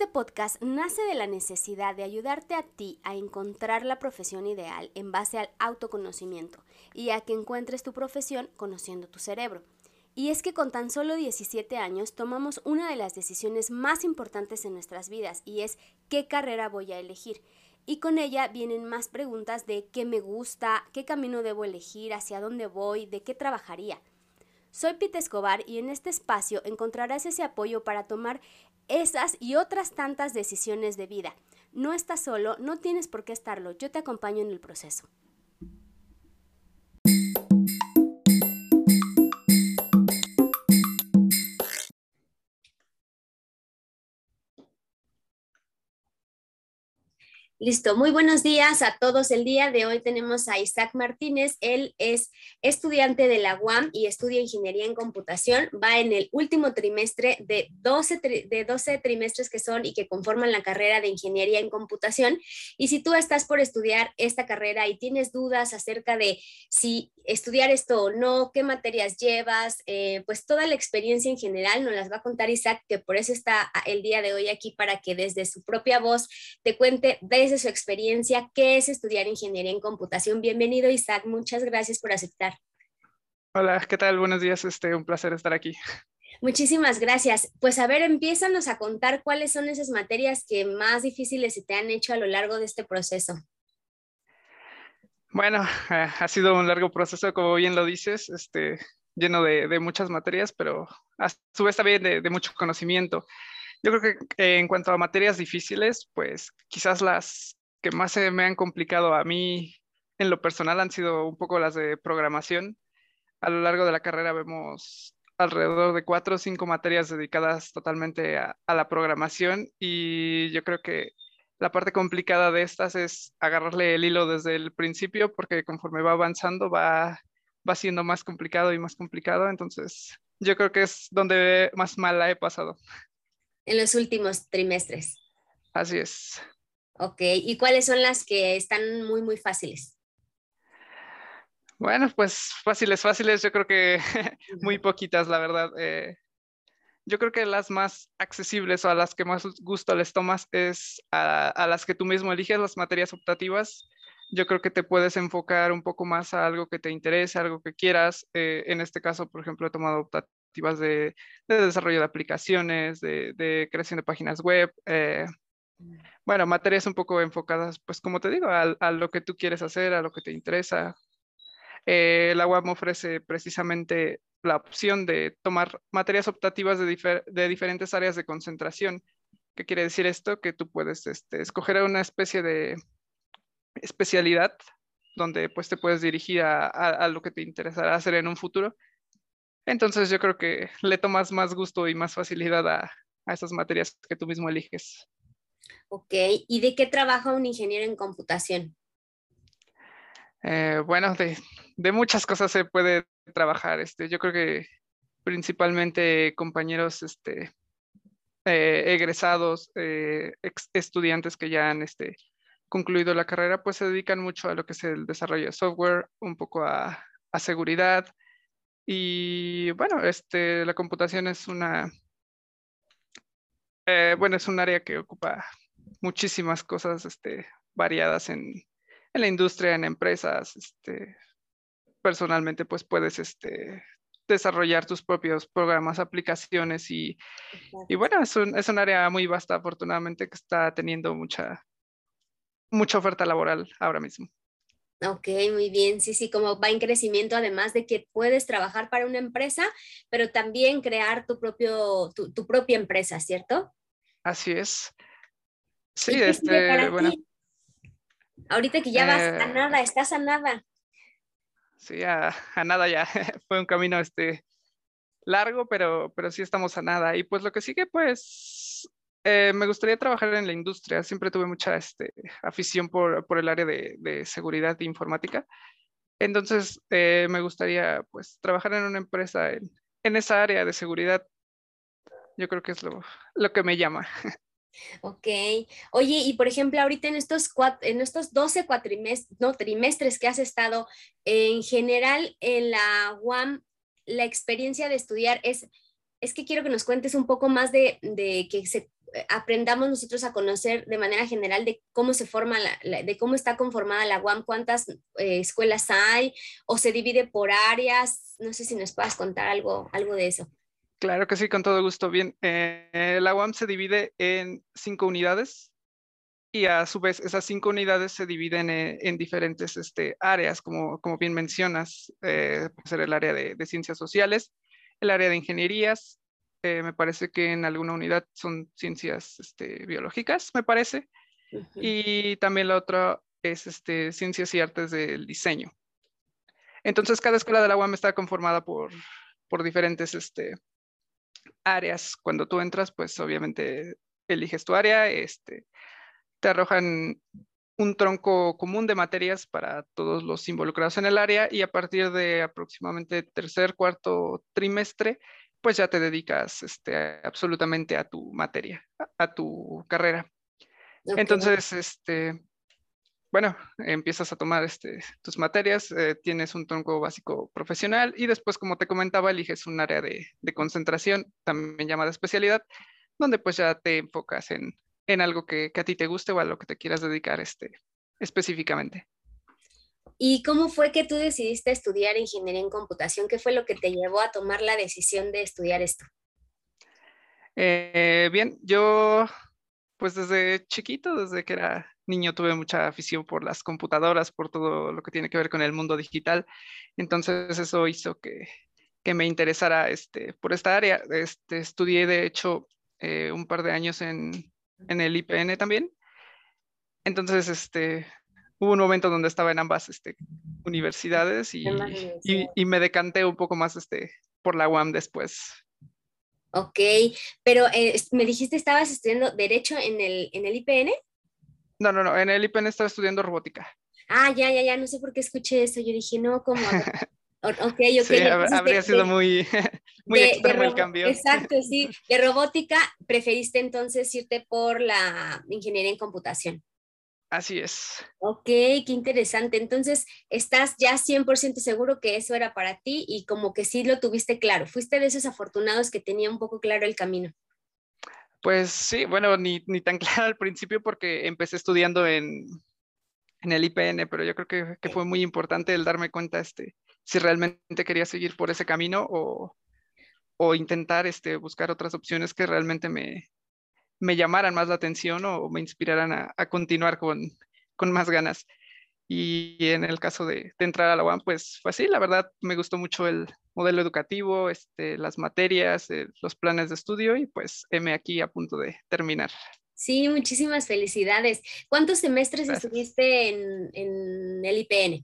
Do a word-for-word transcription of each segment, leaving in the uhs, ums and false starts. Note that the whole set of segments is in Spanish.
Este podcast nace de la necesidad de ayudarte a ti a encontrar la profesión ideal en base al autoconocimiento y a que encuentres tu profesión conociendo tu cerebro. Y es que con tan solo diecisiete años tomamos una de las decisiones más importantes en nuestras vidas y es ¿qué carrera voy a elegir? Y con ella vienen más preguntas de qué me gusta, qué camino debo elegir, hacia dónde voy, de qué trabajaría. Soy Pita Escobar y en este espacio encontrarás ese apoyo para tomar esas y otras tantas decisiones de vida. No estás solo, no tienes por qué estarlo, yo te acompaño en el proceso. Listo, muy buenos días a todos. El día de hoy tenemos a Isaac Martínez. Él es estudiante de la U A M y estudia Ingeniería en Computación. Va en el último trimestre de doce, tri de doce trimestres que son y que conforman la carrera de Ingeniería en Computación. Y si tú estás por estudiar esta carrera y tienes dudas acerca de si estudiar esto o no, qué materias llevas, eh, pues toda la experiencia en general nos las va a contar Isaac, que por eso está el día de hoy aquí para que desde su propia voz te cuente desde su experiencia qué es estudiar ingeniería en computación. Bienvenido, Isaac, muchas gracias por aceptar. Hola, ¿qué tal? Buenos días, este, un placer estar aquí. Muchísimas gracias. Pues a ver, empiézanos a contar cuáles son esas materias que más difíciles se te han hecho a lo largo de este proceso. Bueno, eh, ha sido un largo proceso, como bien lo dices, este, lleno de, de muchas materias, pero a su vez también de, de mucho conocimiento. Yo creo que eh, en cuanto a materias difíciles, pues quizás las que más se me han complicado a mí en lo personal han sido un poco las de programación. A lo largo de la carrera vemos alrededor de cuatro o cinco materias dedicadas totalmente a, a la programación y yo creo que la parte complicada de estas es agarrarle el hilo desde el principio porque conforme va avanzando va, va siendo más complicado y más complicado. Entonces yo creo que es donde más mal la he pasado. En los últimos trimestres. Así es. Ok, ¿y cuáles son las que están muy, muy fáciles? Bueno, pues fáciles, fáciles, yo creo que muy poquitas, la verdad. Eh, yo creo que las más accesibles o a las que más gusto les tomas es a, a las que tú mismo eliges, las materias optativas. Yo creo que te puedes enfocar un poco más a algo que te interese, algo que quieras. Eh, en este caso, por ejemplo, he tomado optativas de, de desarrollo de aplicaciones, de, de creación de páginas web. Eh, bueno, materias un poco enfocadas, pues como te digo, a, a lo que tú quieres hacer, a lo que te interesa. Eh, la U A M ofrece precisamente la opción de tomar materias optativas de, difer de diferentes áreas de concentración. ¿Qué quiere decir esto? Que tú puedes este, escoger una especie de especialidad donde pues te puedes dirigir a, a, a lo que te interesará hacer en un futuro. Entonces yo creo que le tomas más gusto y más facilidad a, a esas materias que tú mismo eliges. Ok, ¿y de qué trabaja un ingeniero en computación? Eh, bueno, de, de muchas cosas se puede trabajar. Este, yo creo que principalmente compañeros este, eh, egresados, eh, ex- estudiantes que ya han este, concluido la carrera, pues se dedican mucho a lo que es el desarrollo de software, un poco a, a seguridad. Y bueno, este, la computación es una, eh, bueno, es un área que ocupa muchísimas cosas este, variadas en, en la industria, en empresas. Este, personalmente, pues puedes este, desarrollar tus propios programas, aplicaciones y Y bueno, es un, es un área muy vasta, afortunadamente, que está teniendo mucha, mucha oferta laboral ahora mismo. Ok, muy bien. Sí, sí, como va en crecimiento, además de que puedes trabajar para una empresa, pero también crear tu propio, tu, tu propia empresa, ¿cierto? Así es. Sí, ¿Y qué sigue este, para bueno, ti? Ahorita que ya vas a eh, nada, estás a nada. sí, a, a nada ya. Fue un camino este, largo, pero, pero sí estamos a nada. Y pues lo que sigue, pues, eh, me gustaría trabajar en la industria. Siempre tuve mucha este, afición por, por el área de, de seguridad e informática. Entonces, eh, me gustaría, pues, trabajar en una empresa en, en esa área de seguridad. Yo creo que es lo, lo que me llama. Ok. Oye, y por ejemplo, ahorita en estos, cuat- en estos doce cuatrimestres, no, trimestres que has estado, en general en la U A M, la experiencia de estudiar es, es que quiero que nos cuentes un poco más de, de que se, aprendamos nosotros a conocer de manera general de cómo se forma, la, la, de cómo está conformada la U A M, cuántas eh, escuelas hay, o se divide por áreas. No sé si nos puedas contar algo, algo de eso. Claro que sí, con todo gusto. Bien, eh, la U A M se divide en cinco unidades y a su vez esas cinco unidades se dividen en, en diferentes este, áreas, como, como bien mencionas, eh, puede ser el área de, de ciencias sociales, el área de ingenierías, eh, me parece que en alguna unidad son ciencias este, biológicas, me parece, Uh-huh. y también la otra es este, ciencias y artes del diseño. Entonces, cada escuela de la U A M está conformada por, por diferentes este, áreas. Cuando tú entras, pues obviamente eliges tu área, este, te arrojan un tronco común de materias para todos los involucrados en el área y a partir de aproximadamente tercer, cuarto trimestre, pues ya te dedicas este, absolutamente a tu materia, a, a tu carrera. Okay. Entonces, este, bueno, empiezas a tomar este, tus materias, eh, tienes un tronco básico profesional y después, como te comentaba, eliges un área de, de concentración, también llamada especialidad, donde pues ya te enfocas en, en algo que, que a ti te guste o a lo que te quieras dedicar este, específicamente. ¿Y cómo fue que tú decidiste estudiar ingeniería en computación? ¿Qué fue lo que te llevó a tomar la decisión de estudiar esto? Eh, bien, yo pues desde chiquito, desde que era niño, tuve mucha afición por las computadoras, por todo lo que tiene que ver con el mundo digital. Entonces eso hizo que, que me interesara este, por esta área. Este, estudié, de hecho, eh, un par de años en, en el I P N también. Entonces, este, hubo un momento donde estaba en ambas este, universidades Ambas y, y, universidades. y me decanté un poco más este, por la U A M después. Ok, pero eh, me dijiste estabas estudiando Derecho en el, en el I P N. No, no, no, en el I P N estaba estudiando robótica. Ah, ya, ya, ya, no sé por qué escuché eso. Yo dije, no, ¿cómo? A ver. O- Ok, ok, Sí, hab- entonces habría de, sido de, muy, muy de, de extremo el robo- cambio. exacto, sí, de robótica, preferiste entonces irte por la ingeniería en computación. Así es. Ok, qué interesante. Entonces, estás ya cien por ciento seguro que eso era para ti y como que sí lo tuviste claro. Fuiste de esos afortunados que tenía un poco claro el camino. Pues sí, bueno, ni, ni tan claro al principio porque empecé estudiando en, en el I P N, pero yo creo que, que fue muy importante el darme cuenta este, si realmente quería seguir por ese camino o, o intentar este, buscar otras opciones que realmente me, me llamaran más la atención o me inspiraran a, a continuar con, con más ganas. Y en el caso de, de entrar a la U A M, pues fue así, la verdad me gustó mucho el modelo educativo, este, las materias, eh, los planes de estudio y pues heme aquí a punto de terminar. Sí, muchísimas felicidades. ¿Cuántos semestres Gracias. estuviste en, en el I P N?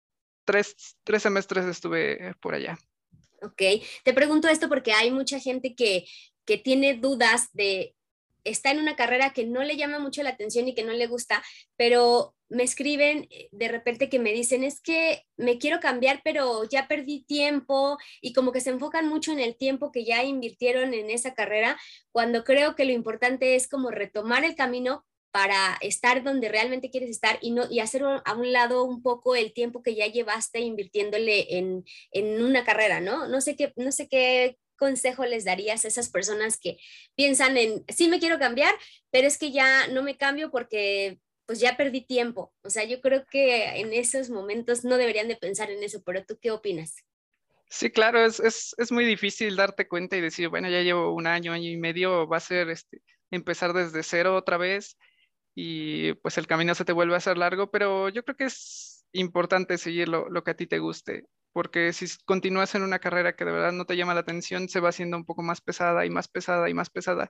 Tres, tres semestres estuve eh, por allá. Ok, te pregunto esto porque hay mucha gente que, que tiene dudas de, está en una carrera que no le llama mucho la atención y que no le gusta, pero me escriben eh, de repente que me dicen, es que me quiero cambiar, pero ya perdí tiempo y como que se enfocan mucho en el tiempo que ya invirtieron en esa carrera, cuando creo que lo importante es como retomar el camino para estar donde realmente quieres estar y, no, y hacer a un lado un poco el tiempo que ya llevaste invirtiéndole en, en una carrera, ¿no? No sé qué, no sé qué consejo les darías a esas personas que piensan en, sí me quiero cambiar, pero es que ya no me cambio porque pues ya perdí tiempo. O sea, yo creo que en esos momentos no deberían de pensar en eso, pero ¿tú qué opinas? Sí, claro, es, es, es muy difícil darte cuenta y decir, bueno, ya llevo un año, año y medio, va a ser este, empezar desde cero otra vez y pues el camino se te vuelve a hacer largo, pero yo creo que es importante seguir lo, lo que a ti te guste, porque si continúas en una carrera que de verdad no te llama la atención, se va haciendo un poco más pesada y más pesada y más pesada.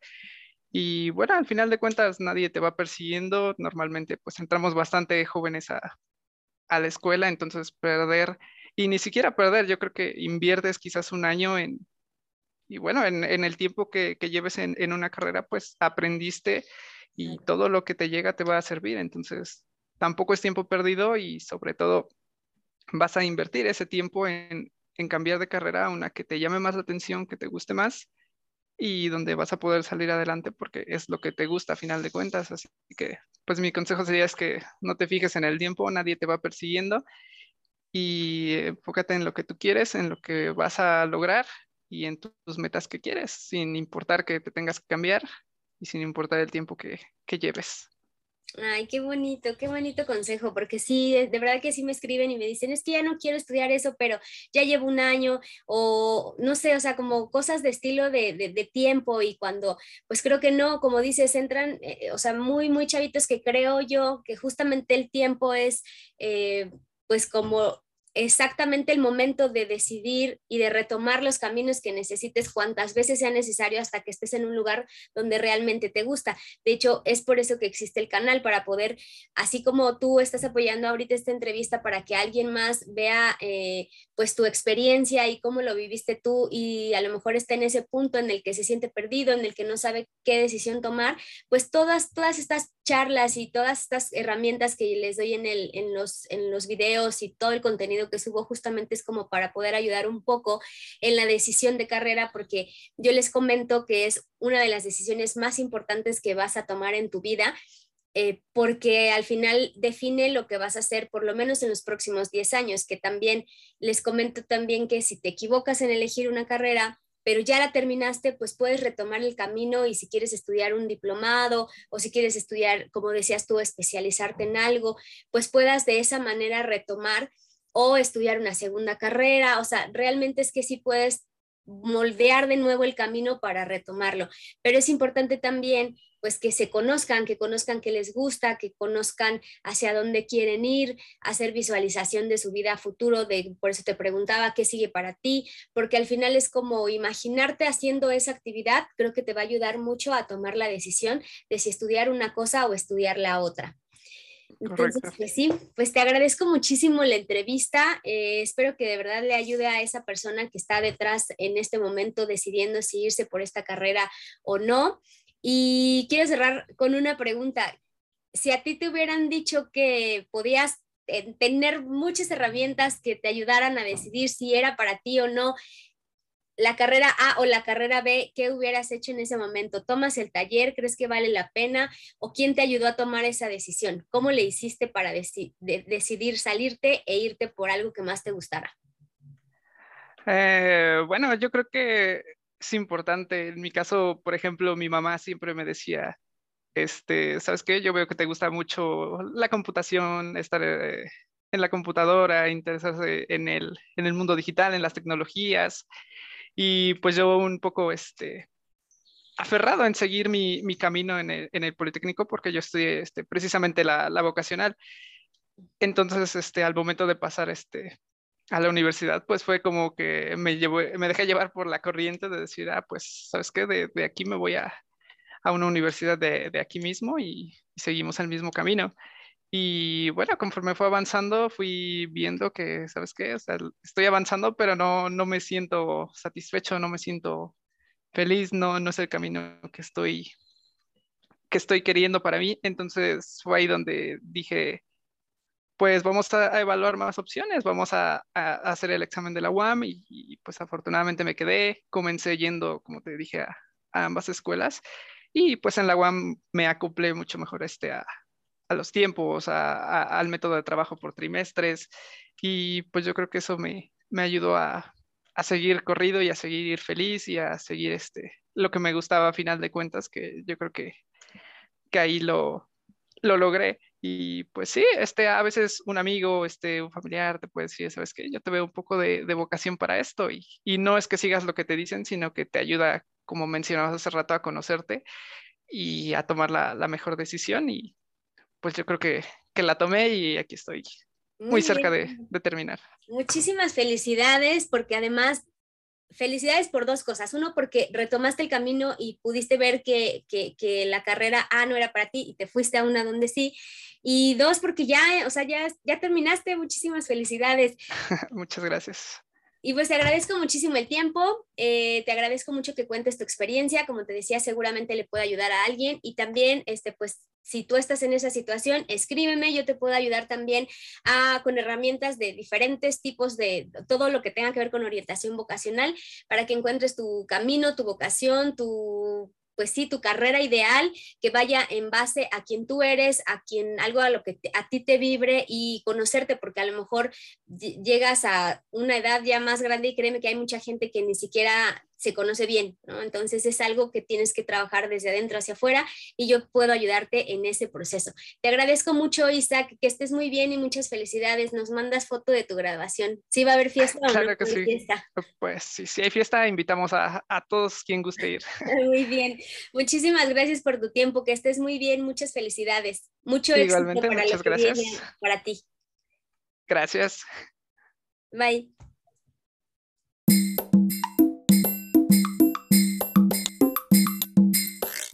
Y bueno, al final de cuentas nadie te va persiguiendo, normalmente pues entramos bastante jóvenes a, a la escuela, entonces perder, y ni siquiera perder, yo creo que inviertes quizás un año en, y bueno, en, en el tiempo que, que lleves en, en una carrera, pues aprendiste y todo lo que te llega te va a servir, entonces tampoco es tiempo perdido y sobre todo vas a invertir ese tiempo en, en cambiar de carrera a una que te llame más la atención, que te guste más y donde vas a poder salir adelante porque es lo que te gusta a final de cuentas. Así que, pues mi consejo sería es que no te fijes en el tiempo, nadie te va persiguiendo y enfócate en lo que tú quieres, en lo que vas a lograr y en tu- tus metas que quieres, sin importar que te tengas que cambiar. y sin importar el tiempo que, que lleves. Ay, qué bonito, qué bonito consejo, porque sí, de, de verdad que sí me escriben y me dicen, es que ya no quiero estudiar eso, pero ya llevo un año, o no sé, o sea, como cosas de estilo de, de, de tiempo, y cuando, pues creo que no, como dices, entran, eh, o sea, muy, muy chavitos, que creo yo que justamente el tiempo es, eh, pues como exactamente el momento de decidir y de retomar los caminos que necesites cuantas veces sea necesario hasta que estés en un lugar donde realmente te gusta. De hecho, es por eso que existe el canal, para poder, así como tú estás apoyando ahorita esta entrevista, para que alguien más vea eh, pues tu experiencia y cómo lo viviste tú, y a lo mejor está en ese punto en el que se siente perdido, en el que no sabe qué decisión tomar, pues todas, todas estas charlas y todas estas herramientas que les doy en, el, en, los, en los videos y todo el contenido que subo, justamente es como para poder ayudar un poco en la decisión de carrera, porque yo les comento que es una de las decisiones más importantes que vas a tomar en tu vida, eh, porque al final define lo que vas a hacer por lo menos en los próximos diez años, que también les comento también que si te equivocas en elegir una carrera, pero ya la terminaste, pues puedes retomar el camino, y si quieres estudiar un diplomado, o si quieres estudiar, como decías tú, especializarte en algo, pues puedas de esa manera retomar, o estudiar una segunda carrera. O sea, realmente es que sí puedes moldear de nuevo el camino para retomarlo, pero es importante también pues que se conozcan, que conozcan qué les gusta, que conozcan hacia dónde quieren ir, hacer visualización de su vida a futuro, de, por eso te preguntaba qué sigue para ti, porque al final es como imaginarte haciendo esa actividad, creo que te va a ayudar mucho a tomar la decisión de si estudiar una cosa o estudiar la otra. Entonces, Correcto. pues sí, pues te agradezco muchísimo la entrevista. Eh, espero que de verdad le ayude a esa persona que está detrás en este momento decidiendo si irse por esta carrera o no. Y quiero cerrar con una pregunta. Si a ti te hubieran dicho que podías eh, tener muchas herramientas que te ayudaran a decidir si era para ti o no la carrera A o la carrera B, ¿qué hubieras hecho en ese momento? ¿Tomas el taller? ¿Crees que vale la pena? ¿O quién te ayudó a tomar esa decisión? ¿Cómo le hiciste para deci de decidir salirte e irte por algo que más te gustara? Eh, bueno, yo creo que es importante. En mi caso, por ejemplo, mi mamá siempre me decía, este, ¿sabes qué? Yo veo que te gusta mucho la computación, estar eh, en la computadora, interesarse en el, en el mundo digital, en las tecnologías. Y pues yo un poco, este, aferrado en seguir mi, mi camino en el, en el Politécnico, porque yo estudié, este, precisamente la, la vocacional. Entonces, este, al momento de pasar, este, a la universidad, pues fue como que me llevó, me dejé llevar por la corriente de decir, ah, pues, ¿sabes qué? De, de aquí me voy a, a una universidad de, de aquí mismo, y, y seguimos el mismo camino. Y bueno, conforme fue avanzando, fui viendo que, ¿sabes qué? O sea, estoy avanzando, pero no, no me siento satisfecho, no me siento feliz, no, no es el camino que estoy, que estoy queriendo para mí. Entonces fue ahí donde dije, pues vamos a, a evaluar más opciones, vamos a, a- a hacer el examen de la U A M, y, y, pues afortunadamente me quedé, comencé yendo, como te dije, a, a ambas escuelas, y pues en la U A M me acoplé mucho mejor este, a, a los tiempos, a- a- al método de trabajo por trimestres, y pues yo creo que eso me, me ayudó a, a seguir corrido y a seguir feliz y a seguir este, lo que me gustaba a final de cuentas, que yo creo que, que ahí lo, lo logré. Y pues sí, este, a veces un amigo, este, un familiar te puede decir, ¿sabes qué? Yo te veo un poco de, de vocación para esto, y, y no es que sigas lo que te dicen, sino que te ayuda, como mencionabas hace rato, a conocerte y a tomar la, la mejor decisión. Y pues yo creo que, que la tomé, y aquí estoy muy Muy cerca bien. de, de terminar. Muchísimas felicidades, porque además felicidades por dos cosas. Uno, porque retomaste el camino y pudiste ver que, que, que, la carrera A no era para ti y te fuiste a una donde sí. Y dos, porque ya, o sea, ya, ya terminaste. Muchísimas felicidades. Muchas gracias. Y pues te agradezco muchísimo el tiempo, eh, te agradezco mucho que cuentes tu experiencia, como te decía, seguramente le puede ayudar a alguien, y también, este, pues, si tú estás en esa situación, escríbeme, yo te puedo ayudar también a, con herramientas de diferentes tipos de todo lo que tenga que ver con orientación vocacional, para que encuentres tu camino, tu vocación, tu pues sí, tu carrera ideal, que vaya en base a quien tú eres, a quien, algo a lo que te, a ti te vibre, y conocerte, porque a lo mejor llegas a una edad ya más grande, y créeme que hay mucha gente que ni siquiera se conoce bien, ¿no? Entonces es algo que tienes que trabajar desde adentro hacia afuera y yo puedo ayudarte en ese proceso. Te agradezco mucho, Isaac, que estés muy bien y muchas felicidades. Nos mandas foto de tu graduación. ¿Sí va a haber fiesta o no Claro que va a haber sí. fiesta? Pues sí, si hay fiesta, invitamos a, a todos quien guste ir. Muy bien. Muchísimas gracias por tu tiempo, que estés muy bien. Muchas felicidades. Mucho éxito Igualmente, para lo muchas que gracias. viene para ti. Gracias. Bye.